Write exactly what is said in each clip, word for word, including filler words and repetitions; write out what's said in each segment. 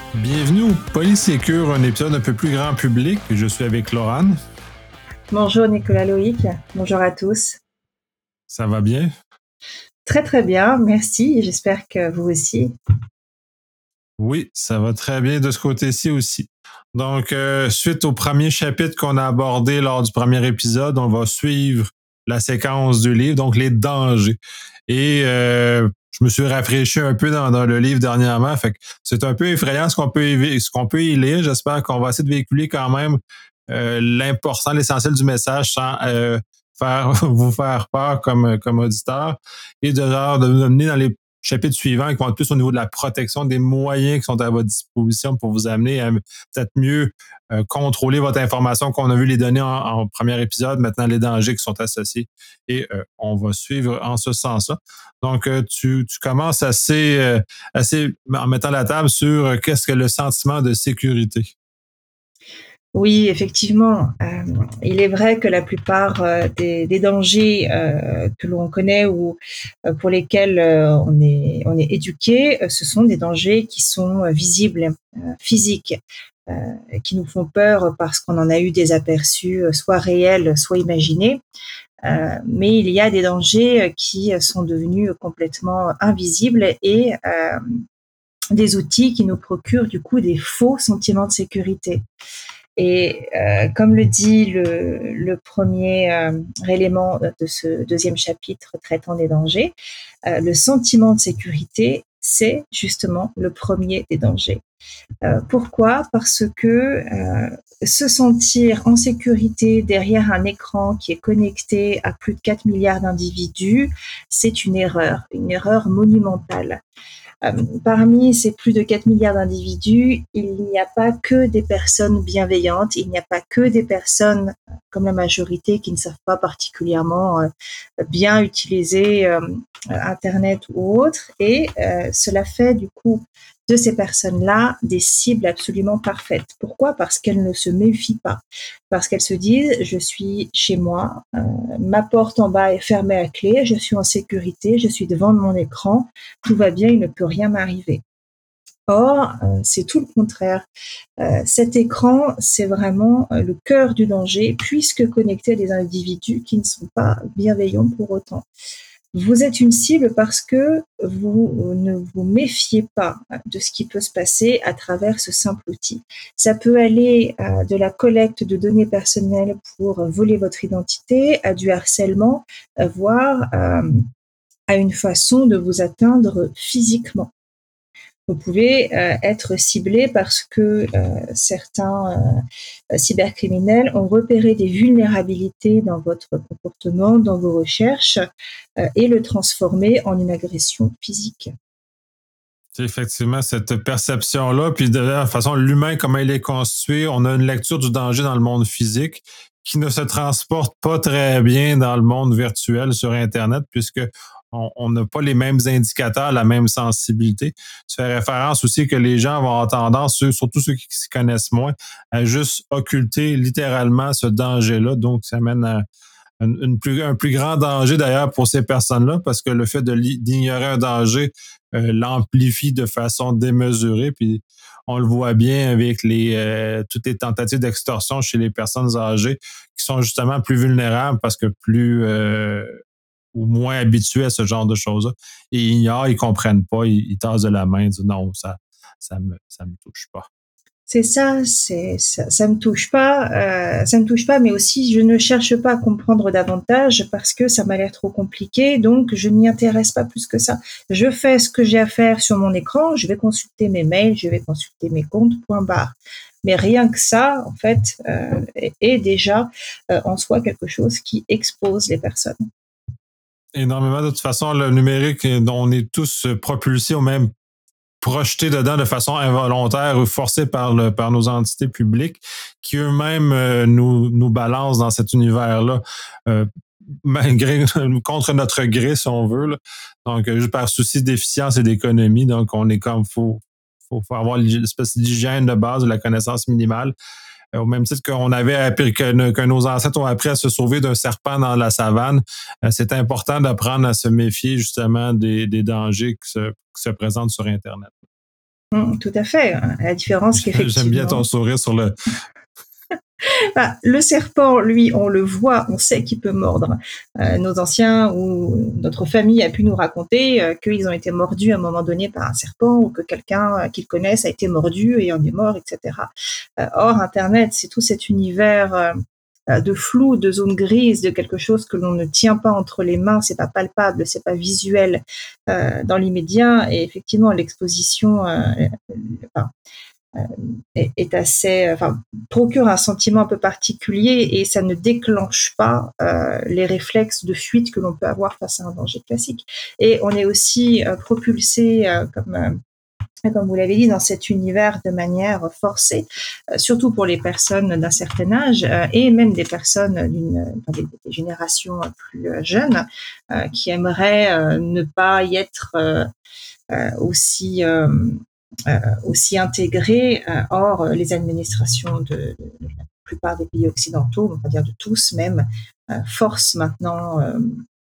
Bienvenue au Polysécure, un épisode un peu plus grand public. Je suis avec Laurane. Bonjour Nicolas Loïc, bonjour à tous. Ça va bien? Très très bien, merci, j'espère que vous aussi. Oui, ça va très bien de ce côté-ci aussi. Donc, euh, suite au premier chapitre qu'on a abordé lors du premier épisode, on va suivre la séquence du livre, donc les dangers. Et euh, je me suis rafraîchi un peu dans, dans le livre dernièrement, fait que c'est un peu effrayant ce qu'on peut y, ce qu'on peut y lire. J'espère qu'on va essayer de véhiculer quand même euh, l'important, l'essentiel du message sans euh, faire vous faire peur comme, comme auditeur et de, genre, de nous amener dans les chapitres suivants qui vont être plus au niveau de la protection des moyens qui sont à votre disposition pour vous amener à peut-être mieux euh, contrôler votre information qu'on a vu les données en, en premier épisode, maintenant les dangers qui sont associés et euh, on va suivre en ce sens-là. Donc, euh, tu, tu commences assez, euh, assez en mettant la table sur euh, qu'est-ce que le sentiment de sécurité. Oui, effectivement, euh, il est vrai que la plupart euh, des, des dangers euh, que l'on connaît ou euh, pour lesquels euh, on est, on est éduqué, euh, ce sont des dangers qui sont euh, visibles, euh, physiques, euh, qui nous font peur parce qu'on en a eu des aperçus, euh, soit réels, soit imaginés. Euh, mais il y a des dangers qui sont devenus complètement invisibles et euh, des outils qui nous procurent du coup des faux sentiments de sécurité. Et euh, comme le dit le, le premier euh, élément de ce deuxième chapitre traitant des dangers, euh, le sentiment de sécurité, c'est justement le premier des dangers. Euh, pourquoi ? Parce que euh, se sentir en sécurité derrière un écran qui est connecté à plus de quatre milliards d'individus, c'est une erreur, une erreur monumentale. Euh, parmi ces plus de quatre milliards d'individus, il n'y a pas que des personnes bienveillantes, il n'y a pas que des personnes comme la majorité qui ne savent pas particulièrement euh, bien utiliser euh, Internet ou autre. Et euh, cela fait du coup de ces personnes-là des cibles absolument parfaites. Pourquoi ? Parce qu'elles ne se méfient pas. Parce qu'elles se disent, je suis chez moi, euh, ma porte en bas est fermée à clé, je suis en sécurité, je suis devant mon écran, tout va bien, il ne peut rien m'arriver. Or, euh, c'est tout le contraire. Euh, cet écran, c'est vraiment euh, le cœur du danger, puisque connecté à des individus qui ne sont pas bienveillants pour autant. Vous êtes une cible parce que vous ne vous méfiez pas de ce qui peut se passer à travers ce simple outil. Ça peut aller à de la collecte de données personnelles pour voler votre identité, à du harcèlement, voire euh, à une façon de vous atteindre physiquement. Vous pouvez euh, être ciblé parce que euh, certains euh, cybercriminels ont repéré des vulnérabilités dans votre comportement, dans vos recherches, euh, et le transformer en une agression physique. C'est effectivement cette perception-là, puis de la façon, l'humain, comment il est constitué, on a une lecture du danger dans le monde physique qui ne se transporte pas très bien dans le monde virtuel sur Internet, puisque on n'a pas les mêmes indicateurs, la même sensibilité. Tu fais référence aussi que les gens vont avoir tendance, surtout ceux qui s'y connaissent moins, à juste occulter littéralement ce danger-là. Donc, ça mène à une, une plus, un plus grand danger d'ailleurs pour ces personnes-là, parce que le fait de d'ignorer un danger euh, l'amplifie de façon démesurée. Puis on le voit bien avec les euh, toutes les tentatives d'extorsion chez les personnes âgées qui sont justement plus vulnérables parce que plus euh, ou moins habitués à ce genre de choses-là. Et ils ignorent, ils comprennent pas, ils, ils tassent de la main, ils disent non, ça, ça me, ça me touche pas. C'est ça, c'est ça, ça me touche pas, euh, ça me touche pas, mais aussi je ne cherche pas à comprendre davantage parce que ça m'a l'air trop compliqué, donc je n'y intéresse pas plus que ça. Je fais ce que j'ai à faire sur mon écran, je vais consulter mes mails, je vais consulter mes comptes, point barre. Mais rien que ça, en fait, euh, est, est déjà euh, en soi quelque chose qui expose les personnes. Énormément. De toute façon, le numérique, on est tous propulsés au même projetés dedans de façon involontaire ou forcés par, le, par nos entités publiques qui eux-mêmes euh, nous, nous balancent dans cet univers-là, euh, malgré, contre notre gré, si on veut. Là. Donc, juste par souci d'efficience et d'économie, donc on est comme, faut, faut, faut avoir l'espèce d'hygiène de base, de la connaissance minimale. Au même titre qu'on avait appris, que, que nos ancêtres ont appris à se sauver d'un serpent dans la savane, c'est important d'apprendre à se méfier justement des, des dangers qui se, qui se présentent sur Internet. Mmh, tout à fait, hein. La différence J'aime bien qu'effectivement ton sourire sur le bah, le serpent, lui, on le voit, on sait qu'il peut mordre. Heu, nos anciens ou notre famille a pu nous raconter, heu, qu'ils ont été mordus à un moment donné par un serpent ou que quelqu'un, heu, qu'ils connaissent a été mordu et en est mort et cetera. Heu, or internet, c'est tout cet univers, heu heu, de flou, de zone grise, de quelque chose que l'on ne tient pas entre les mains, c'est pas palpable, c'est pas visuel, heu, dans l'immédiat et effectivement l'exposition, heu, enfin euh, est, est assez, enfin, procure un sentiment un peu particulier et ça ne déclenche pas euh, les réflexes de fuite que l'on peut avoir face à un danger classique. Et on est aussi euh, propulsé, euh, comme, euh, comme vous l'avez dit, dans cet univers de manière forcée, euh, surtout pour les personnes d'un certain âge euh, et même des personnes d'une, enfin, des, des générations plus euh, jeunes euh, qui aimeraient euh, ne pas y être euh, euh, aussi euh, euh, aussi intégrés. Euh, or, les administrations de, de, de, la plupart des pays occidentaux, on va dire de tous même, euh, forcent maintenant euh,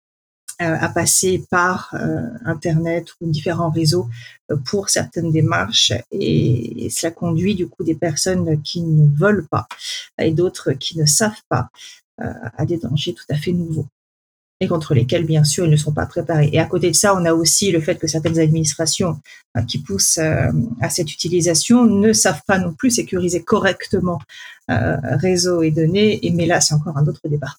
à passer par euh, Internet ou différents réseaux euh, pour certaines démarches et, et cela conduit du coup des personnes qui ne veulent pas et d'autres qui ne savent pas euh, à des dangers tout à fait nouveaux et contre lesquels, bien sûr, ils ne sont pas préparés. Et à côté de ça, on a aussi le fait que certaines administrations euh, qui poussent euh, à cette utilisation ne savent pas non plus sécuriser correctement euh, réseaux et données. Et mais là, c'est encore un autre débat.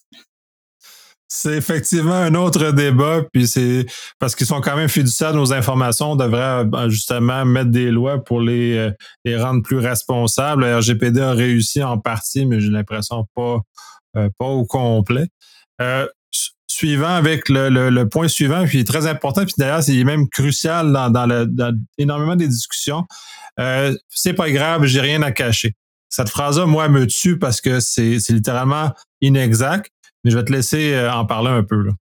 C'est effectivement un autre débat, puis c'est parce qu'ils sont quand même fiduciaires de nos informations, on devrait euh, justement mettre des lois pour les, euh, les rendre plus responsables. Le R G P D a réussi en partie, mais j'ai l'impression pas, euh, pas au complet. Euh, suivant avec le, le, le point suivant, puis très important, puis d'ailleurs, c'est même crucial dans, dans, le, dans énormément des discussions. Euh, c'est pas grave, j'ai rien à cacher. Cette phrase-là, moi, me tue parce que c'est, c'est littéralement inexact, mais je vais te laisser euh, en parler un peu. Là.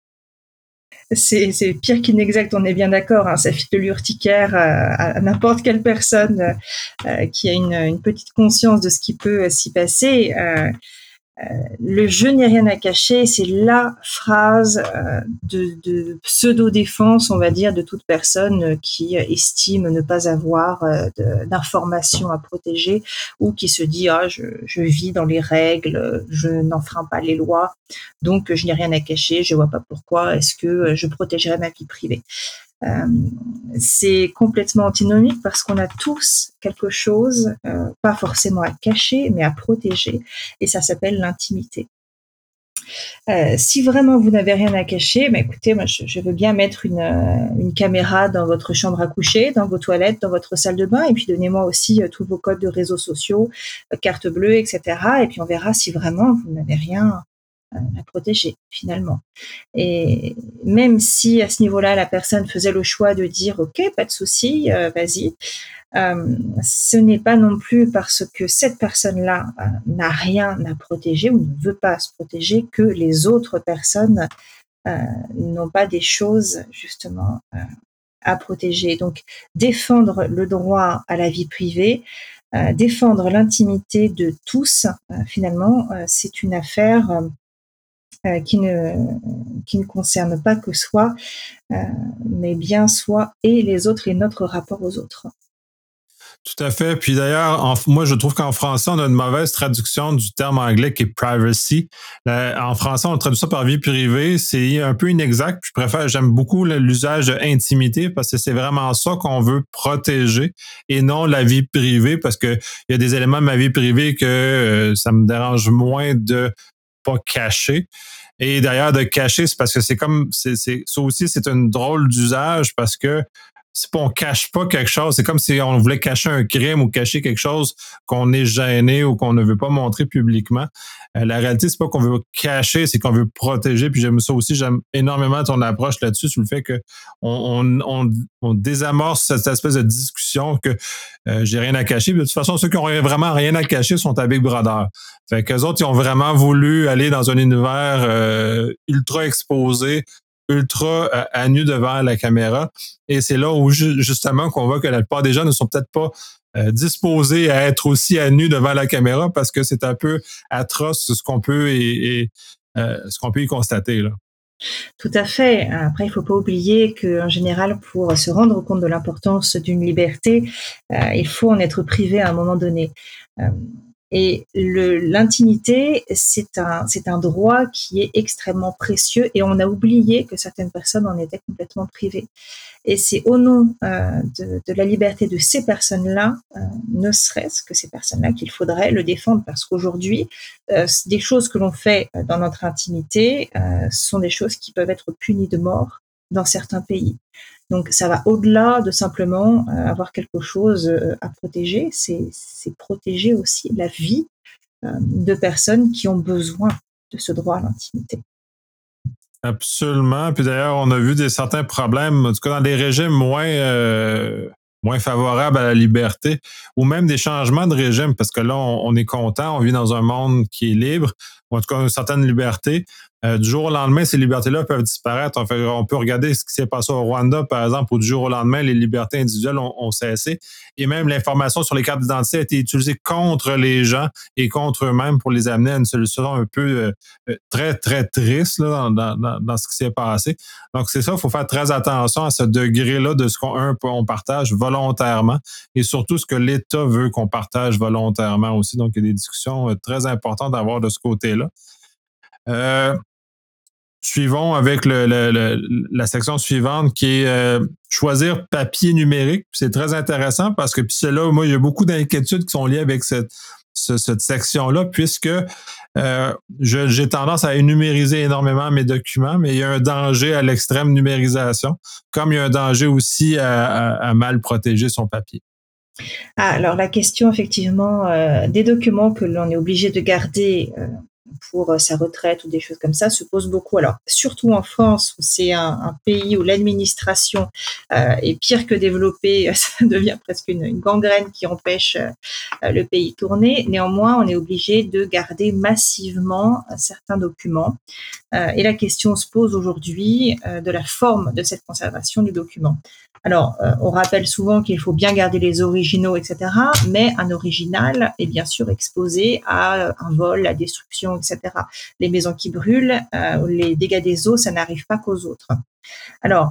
C'est, c'est pire qu'inexact, on est bien d'accord. Hein, ça file de l'urticaire à, à n'importe quelle personne euh, qui a une, une petite conscience de ce qui peut s'y passer. Euh, Euh, le je n'ai rien à cacher, c'est la phrase euh, de, de pseudo-défense, on va dire, de toute personne qui estime ne pas avoir euh, de, d'informations à protéger ou qui se dit ah je, je vis dans les règles, je n'enfreins pas les lois, donc je n'ai rien à cacher, je vois pas pourquoi est-ce que je protégerais ma vie privée. Euh, c'est complètement antinomique parce qu'on a tous quelque chose, euh, pas forcément à cacher, mais à protéger, et ça s'appelle l'intimité. Euh, si vraiment vous n'avez rien à cacher, bah écoutez, moi je, je veux bien mettre une, euh, une caméra dans votre chambre à coucher, dans vos toilettes, dans votre salle de bain, et puis donnez-moi aussi euh, tous vos codes de réseaux sociaux, euh, carte bleue, et cetera. Et puis on verra si vraiment vous n'avez rien euh, à protéger finalement. Et même si à ce niveau-là, la personne faisait le choix de dire OK, pas de souci, euh, vas-y, euh, ce n'est pas non plus parce que cette personne-là euh, n'a rien à protéger ou ne veut pas se protéger que les autres personnes euh, n'ont pas des choses justement euh, à protéger. Donc, défendre le droit à la vie privée, euh, défendre l'intimité de tous, euh, finalement, euh, c'est une affaire euh, euh, qui ne qui ne concerne pas que soi, euh, mais bien soi et les autres et notre rapport aux autres. Tout à fait. Puis d'ailleurs, en, moi, je trouve qu'en français, on a une mauvaise traduction du terme anglais qui est privacy. Là, en français, on traduit ça par vie privée. C'est un peu inexact. Je préfère, j'aime beaucoup l'usage de intimité parce que c'est vraiment ça qu'on veut protéger et non la vie privée parce que il y a des éléments de ma vie privée que euh, ça me dérange moins de pas cacher. Et d'ailleurs, de cacher, c'est parce que c'est comme, c'est, c'est, ça aussi, c'est une drôle d'usage parce que c'est pas, on cache pas quelque chose. C'est comme si on voulait cacher un crime ou cacher quelque chose qu'on est gêné ou qu'on ne veut pas montrer publiquement. Euh, la réalité, c'est pas qu'on veut cacher, c'est qu'on veut protéger. Puis j'aime ça aussi. J'aime énormément ton approche là-dessus sur le fait que on, on, on, on désamorce cette espèce de discussion que euh, j'ai rien à cacher. Puis de toute façon, ceux qui ont vraiment rien à cacher sont à Big Brother. Fait qu'eux autres, ils ont vraiment voulu aller dans un univers euh, ultra exposé, ultra à, à nu devant la caméra. Et c'est là où justement qu'on voit que la plupart des gens ne sont peut-être pas euh, disposés à être aussi à nu devant la caméra parce que c'est un peu atroce ce qu'on peut et, et euh, ce qu'on peut y constater là. Tout à fait. Après, il faut pas oublier qu'en général, pour se rendre compte de l'importance d'une liberté, heu, il faut en être privé à un moment donné. Hem et le l'intimité, c'est un c'est un droit qui est extrêmement précieux et on a oublié que certaines personnes en étaient complètement privées. Et c'est au nom euh, de, de la liberté de ces personnes-là, euh, ne serait-ce que ces personnes-là, qu'il faudrait le défendre parce qu'aujourd'hui, euh, des choses que l'on fait dans notre intimité euh, sont des choses qui peuvent être punies de mort dans certains pays. Donc ça va au-delà de simplement euh, avoir quelque chose euh, à protéger, c'est, c'est protéger aussi la vie euh, de personnes qui ont besoin de ce droit à l'intimité. Absolument. Puis d'ailleurs, on a vu des certains problèmes, en tout cas dans des régimes moins euh, moins favorables à la liberté, ou même des changements de régime, parce que là, on, on est content, on vit dans un monde qui est libre, ou en tout cas une certaine liberté. Euh, du jour au lendemain, ces libertés-là peuvent disparaître. On, fait, on peut regarder ce qui s'est passé au Rwanda, par exemple, où du jour au lendemain, les libertés individuelles ont, ont cessé. Et même l'information sur les cartes d'identité a été utilisée contre les gens et contre eux-mêmes pour les amener à une solution un peu euh, très, très triste là, dans, dans, dans ce qui s'est passé. Donc, c'est ça, il faut faire très attention à ce degré-là de ce qu'on un, on partage volontairement et surtout ce que l'État veut qu'on partage volontairement aussi. Donc, il y a des discussions très importantes à avoir de ce côté-là. Euh, Suivons avec le, le, le, la section suivante qui est euh, choisir papier numérique. C'est très intéressant parce que puis c'est là où moi, il y a beaucoup d'inquiétudes qui sont liées avec cette, ce, cette section-là, puisque euh, je, j'ai tendance à numériser énormément mes documents, mais il y a un danger à l'extrême numérisation, comme il y a un danger aussi à, à, à mal protéger son papier. Ah, alors la question effectivement euh, des documents que l'on est obligé de garder euh, pour euh, sa retraite ou des choses comme ça se pose beaucoup. Alors surtout en France où c'est un, un pays où l'administration euh, est pire que développée, ça devient presque une, une gangrène qui empêche euh, le pays de tourner. Néanmoins, on est obligé de garder massivement certains documents. Euh, et la question se pose aujourd'hui euh, de la forme de cette conservation du document. Alors, euh, on rappelle souvent qu'il faut bien garder les originaux, et cetera, mais un original est bien sûr exposé à un vol, à la destruction, et cetera. Les maisons qui brûlent, euh, les dégâts des eaux, ça n'arrive pas qu'aux autres. Alors,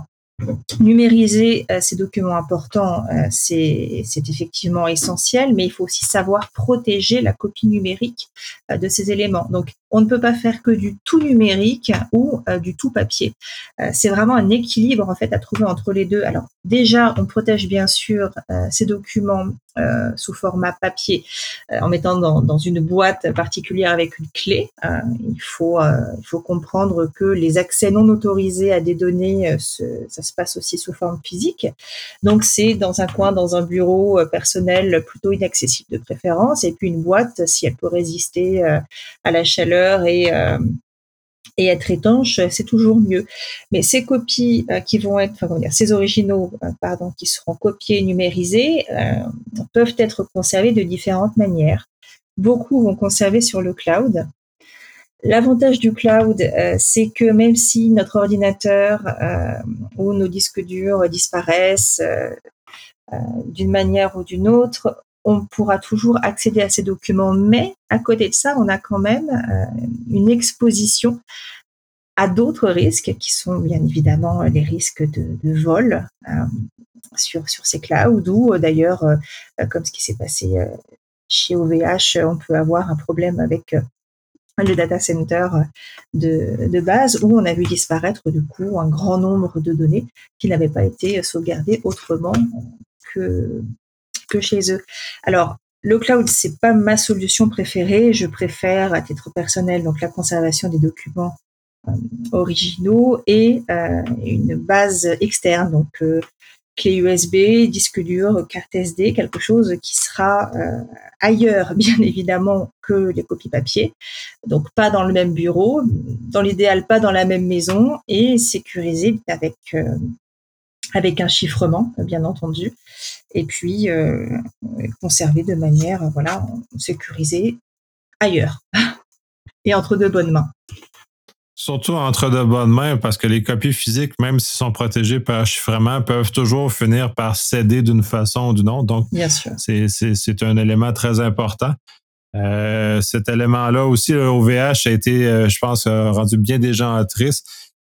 numériser euh, ces documents importants, euh, c'est, c'est effectivement essentiel, mais il faut aussi savoir protéger la copie numérique euh, de ces éléments. Donc, on ne peut pas faire que du tout numérique ou euh, du tout papier. Euh, c'est vraiment un équilibre en fait à trouver entre les deux. Alors, déjà, on protège bien sûr euh, ces documents euh, sous format papier euh, en mettant dans, dans une boîte particulière avec une clé. Euh, il faut euh, il faut comprendre que les accès non autorisés à des données, euh, se, ça se passe aussi sous forme physique. Donc, c'est dans un coin, dans un bureau euh, personnel plutôt inaccessible de préférence. Et puis, une boîte, si elle peut résister euh, à la chaleur et, euh, et être étanche, c'est toujours mieux. Mais ces copies euh, qui vont être, enfin, comment dire, ces originaux, euh, pardon, qui seront copiés et numérisés, euh, peuvent être conservés de différentes manières. Beaucoup vont conserver sur le cloud. L'avantage du cloud, euh, c'est que même si notre ordinateur euh, ou nos disques durs disparaissent euh, euh, d'une manière ou d'une autre, on pourra toujours accéder à ces documents. Mais à côté de ça, on a quand même euh, une exposition à d'autres risques qui sont bien évidemment les risques de, de vol euh, sur, sur ces clouds ou euh, d'ailleurs, euh, comme ce qui s'est passé euh, chez O V H, on peut avoir un problème avec euh, le data center de, de base où on a vu disparaître du coup un grand nombre de données qui n'avaient pas été sauvegardées autrement que, que chez eux. Alors, le cloud, c'est pas ma solution préférée. Je préfère, à titre personnel, donc la conservation des documents euh, originaux et euh, une base externe, donc euh, clé U S B, disque dur, carte S D, quelque chose qui sera euh, ailleurs, bien évidemment, que les copies papier. Donc, pas dans le même bureau, dans l'idéal, pas dans la même maison, et sécurisé avec, euh, avec un chiffrement, bien entendu, et puis euh, conservé de manière voilà, sécurisée ailleurs, et entre de bonnes mains. Surtout entre de bonnes mains, parce que les copies physiques, même s'ils sont protégés par chiffrement, peuvent toujours finir par céder d'une façon ou d'une autre. Donc, bien sûr. C'est, c'est, c'est un élément très important. Euh, cet élément-là aussi, le O V H a été, euh, je pense, euh, rendu bien des gens tristes,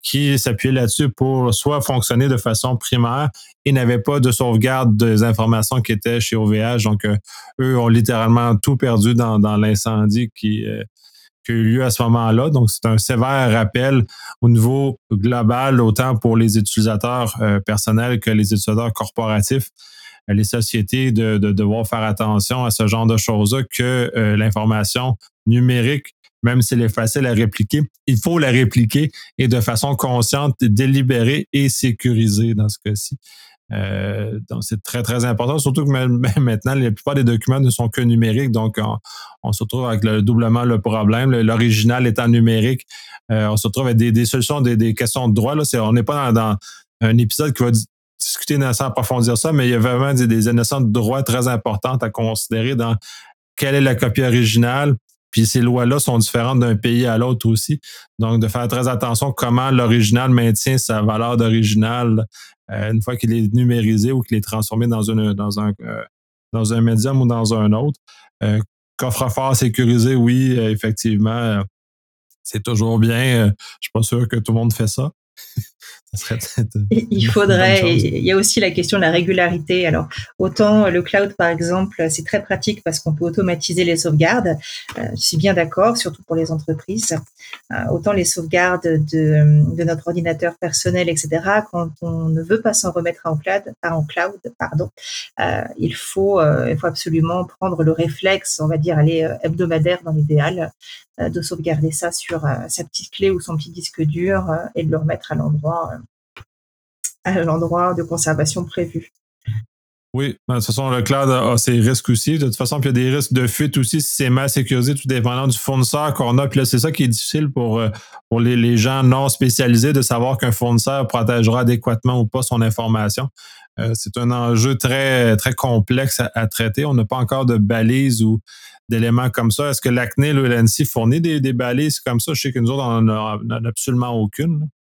qui s'appuyaient là-dessus pour soit fonctionner de façon primaire et n'avaient pas de sauvegarde des informations qui étaient chez O V H. Donc, euh, eux ont littéralement tout perdu dans, dans l'incendie qui, euh, qui a eu lieu à ce moment-là. Donc, c'est un sévère rappel au niveau global, autant pour les utilisateurs euh, personnels que les utilisateurs corporatifs, euh, les sociétés, de, de devoir faire attention à ce genre de choses-là, que euh, l'information numérique, même si elle est facile à répliquer, il faut la répliquer et de façon consciente, délibérée et sécurisée dans ce cas-ci. Euh, donc, c'est très, très important, surtout que même maintenant, la plupart des documents ne sont que numériques, donc on, on se retrouve avec le, doublement le problème. L'original étant numérique, euh, on se retrouve avec des, des solutions, des, des questions de droit. Là, c'est, on n'est pas dans, dans un épisode qui va discuter sans approfondir ça, mais il y a vraiment des, des notions de droit très importantes à considérer dans quelle est la copie originale. Puis ces lois-là sont différentes d'un pays à l'autre aussi. Donc, de faire très attention comment l'original maintient sa valeur d'original euh, une fois qu'il est numérisé ou qu'il est transformé dans, une, dans, un, euh, dans un médium ou dans un autre. Euh, coffre-fort sécurisé, oui, euh, effectivement, euh, c'est toujours bien. Euh, je suis pas sûr que tout le monde fait ça. Ça serait peut-être il faudrait, il y a aussi la question de la régularité. Alors, autant le cloud, par exemple, c'est très pratique parce qu'on peut automatiser les sauvegardes. Euh, je suis bien d'accord, surtout pour les entreprises. Euh, autant les sauvegardes de, de notre ordinateur personnel, et cetera, quand on ne veut pas s'en remettre en cloud, en cloud pardon, euh, il, faut, euh, il faut absolument prendre le réflexe, on va dire, aller hebdomadaire dans l'idéal, euh, de sauvegarder ça sur euh, sa petite clé ou son petit disque dur euh, et de le remettre à l'endroit euh, à l'endroit de conservation prévu. Oui, de toute façon, le cloud a ses risques aussi. De toute façon, puis il y a des risques de fuite aussi si c'est mal sécurisé, tout dépendant du fournisseur qu'on a. Puis là, c'est ça qui est difficile pour, pour les, les gens non spécialisés de savoir qu'un fournisseur protégera adéquatement ou pas son information. Euh, c'est un enjeu très, très complexe à, à traiter. On n'a pas encore de balises ou d'éléments comme ça. Est-ce que l'A C N I L ou l'A N S I fournit des, des balises comme ça? Je sais que nous autres, on n'en a absolument aucune. Là.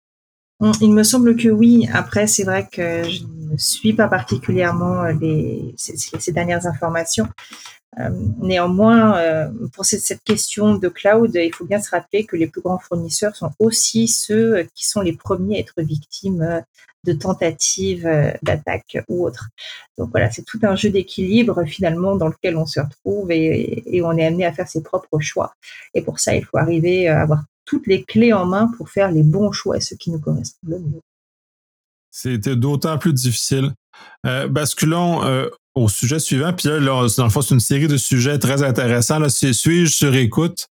Il me semble que oui. Après, c'est vrai que je ne suis pas particulièrement les, ces, ces dernières informations. Euh, néanmoins, euh, pour cette, cette question de cloud, il faut bien se rappeler que les plus grands fournisseurs sont aussi ceux qui sont les premiers à être victimes de tentatives d'attaque ou autres. Donc voilà, c'est tout un jeu d'équilibre finalement dans lequel on se retrouve et, et on est amené à faire ses propres choix. Et pour ça, il faut arriver à avoir toutes les clés en main pour faire les bons choix, ceux qui nous correspondent le mieux. C'était d'autant plus difficile. Euh, basculons euh, au sujet suivant. Puis là, là, dans le fond, c'est une série de sujets très intéressants. Là, c'est suis-je sur écoute?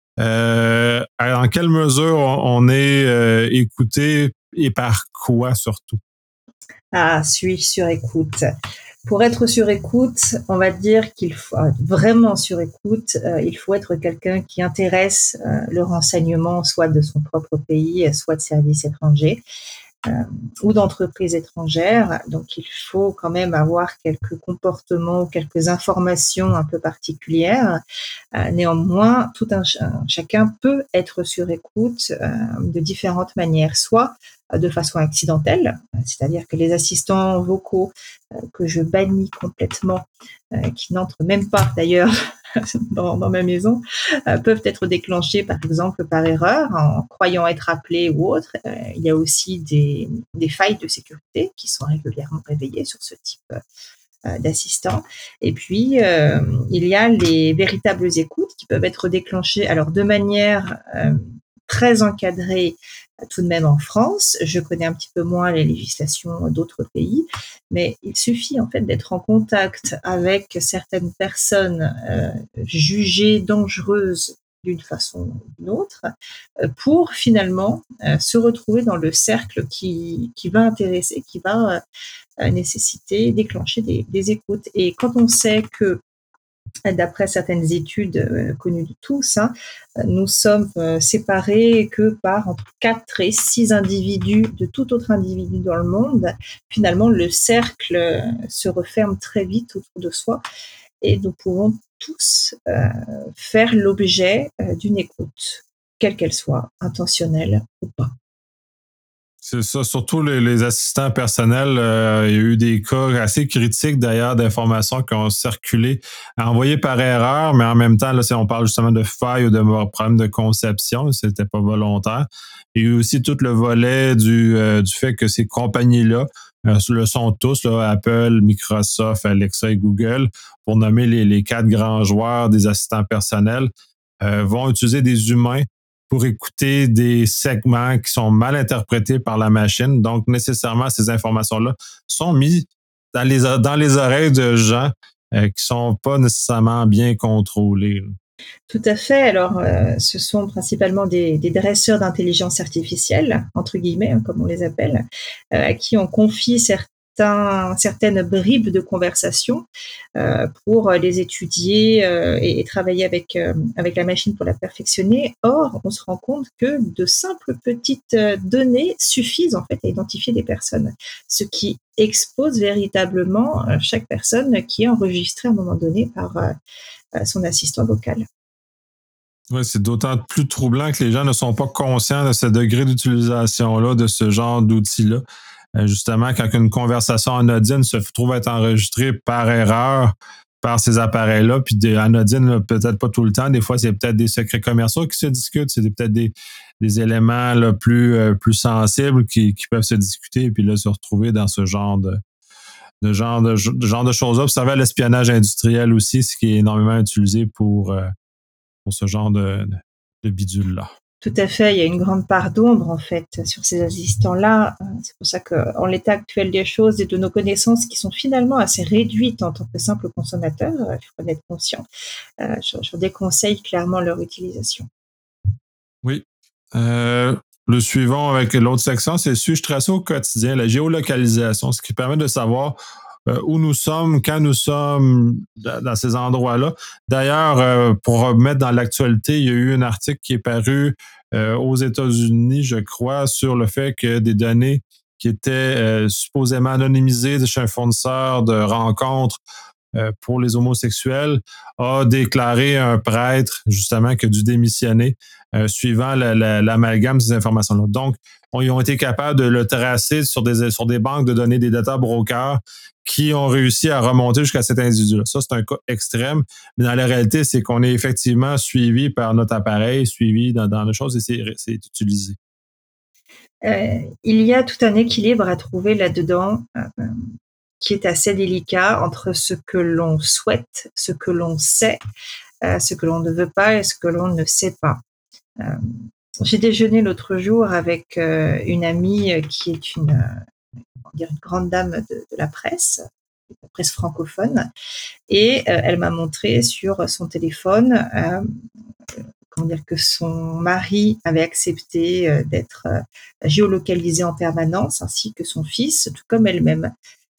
Euh, en quelle mesure on, on est euh, écouté et par quoi surtout? Ah, suis-je sur écoute? Pour être sur écoute, on va dire qu'il faut vraiment sur écoute, euh, il faut être quelqu'un qui intéresse euh, le renseignement soit de son propre pays, soit de services étrangers. Euh, ou d'entreprises étrangères. Donc, il faut quand même avoir quelques comportements, quelques informations un peu particulières. Euh, néanmoins, tout un, un chacun peut être sur écoute euh, de différentes manières, soit de façon accidentelle, c'est-à-dire que les assistants vocaux euh, que je bannis complètement, euh, qui n'entrent même pas d'ailleurs dans, dans ma maison, euh, peuvent être déclenchés par exemple par erreur, en croyant être appelés ou autre. Euh, il y a aussi des, des failles de sécurité qui sont régulièrement réveillées sur ce type euh, d'assistants. Et puis, euh, il y a les véritables écoutes qui peuvent être déclenchées alors de manière euh, très encadrée tout de même en France. Je connais un petit peu moins les législations d'autres pays, mais il suffit en fait d'être en contact avec certaines personnes euh, jugées dangereuses d'une façon ou d'une autre euh, pour finalement euh, se retrouver dans le cercle qui, qui va intéresser, qui va euh, nécessiter, déclencher des, des écoutes. Et quand on sait que d'après certaines études euh, connues de tous, hein, nous sommes euh, séparés que par entre quatre et six individus de tout autre individu dans le monde. Finalement, le cercle euh, se referme très vite autour de soi et nous pouvons tous euh, faire l'objet euh, d'une écoute, quelle qu'elle soit, intentionnelle ou pas. C'est ça, surtout les, les assistants personnels. Euh, il y a eu des cas assez critiques d'ailleurs d'informations qui ont circulé, envoyées par erreur, mais en même temps, là, si on parle justement de failles ou de problèmes de conception, c'était pas volontaire. Il y a eu aussi tout le volet du, euh, du fait que ces compagnies-là euh, le sont tous, là, Apple, Microsoft, Alexa et Google, pour nommer les, les quatre grands joueurs des assistants personnels, euh, vont utiliser des humains pour écouter des segments qui sont mal interprétés par la machine. Donc, nécessairement, ces informations-là sont mises dans les, dans les oreilles de gens euh, qui sont pas nécessairement bien contrôlés. Tout à fait. Alors, euh, ce sont principalement des, des dresseurs d'intelligence artificielle, entre guillemets, hein, comme on les appelle, euh, à qui on confie certains, certaines bribes de conversation euh, pour les étudier euh, et, et travailler avec, euh, avec la machine pour la perfectionner. Or, on se rend compte que de simples petites données suffisent en fait à identifier des personnes, ce qui expose véritablement chaque personne qui est enregistrée à un moment donné par euh, son assistant vocal. Oui, c'est d'autant plus troublant que les gens ne sont pas conscients de ce degré d'utilisation-là, de ce genre d'outils-là. Euh, justement, quand une conversation anodine se trouve être enregistrée par erreur par ces appareils-là, puis des anodines, peut-être pas tout le temps, des fois, c'est peut-être des secrets commerciaux qui se discutent, c'est peut-être des, des éléments là, plus, euh, plus sensibles qui, qui peuvent se discuter et puis là, se retrouver dans ce genre de, de genre de, de genre de choses-là. Vous savez, l'espionnage industriel aussi, ce qui est énormément utilisé pour, euh, pour ce genre de, de bidule-là. Tout à fait, il y a une grande part d'ombre en fait sur ces assistants-là. C'est pour ça qu'en l'état actuel des choses et de nos connaissances qui sont finalement assez réduites en tant que simple consommateur, il faut en être conscient, euh, je, je déconseille clairement leur utilisation. Oui. Euh, le suivant avec l'autre section, c'est suis-je tracé au quotidien, la géolocalisation, ce qui permet de savoir euh, où nous sommes, quand nous sommes dans ces endroits-là. D'ailleurs, euh, pour remettre dans l'actualité, il y a eu un article qui est paru euh, aux États-Unis, je crois, sur le fait que des données qui étaient euh, supposément anonymisées chez un fournisseur de rencontres euh, pour les homosexuels a déclaré un prêtre, justement, qui a dû démissionner euh, suivant la, la, l'amalgame de ces informations-là. Donc, on, ils ont été capables de le tracer sur des, sur des banques de données, des data brokers qui ont réussi à remonter jusqu'à cet individu-là. Ça, c'est un cas extrême, mais dans la réalité, c'est qu'on est effectivement suivi par notre appareil, suivi dans, dans les choses et c'est, c'est utilisé. Euh, il y a tout un équilibre à trouver là-dedans euh, qui est assez délicat entre ce que l'on souhaite, ce que l'on sait, euh, ce que l'on ne veut pas et ce que l'on ne sait pas. Euh, j'ai déjeuné l'autre jour avec euh, une amie qui est une, euh, on dirait une grande dame de, de la presse, de la presse francophone, et euh, elle m'a montré sur son téléphone euh, comment dire, que son mari avait accepté euh, d'être euh, géolocalisé en permanence, ainsi que son fils, tout comme elle-même.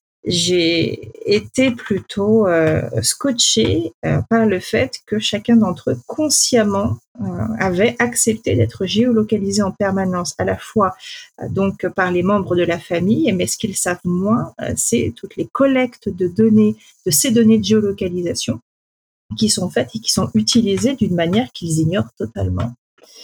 J'ai été plutôt euh, scotchée euh, par le fait que chacun d'entre eux consciemment euh, avait accepté d'être géolocalisé en permanence, à la fois euh, donc par les membres de la famille, mais ce qu'ils savent moins, euh, c'est toutes les collectes de données, de ces données de géolocalisation qui sont faites et qui sont utilisées d'une manière qu'ils ignorent totalement.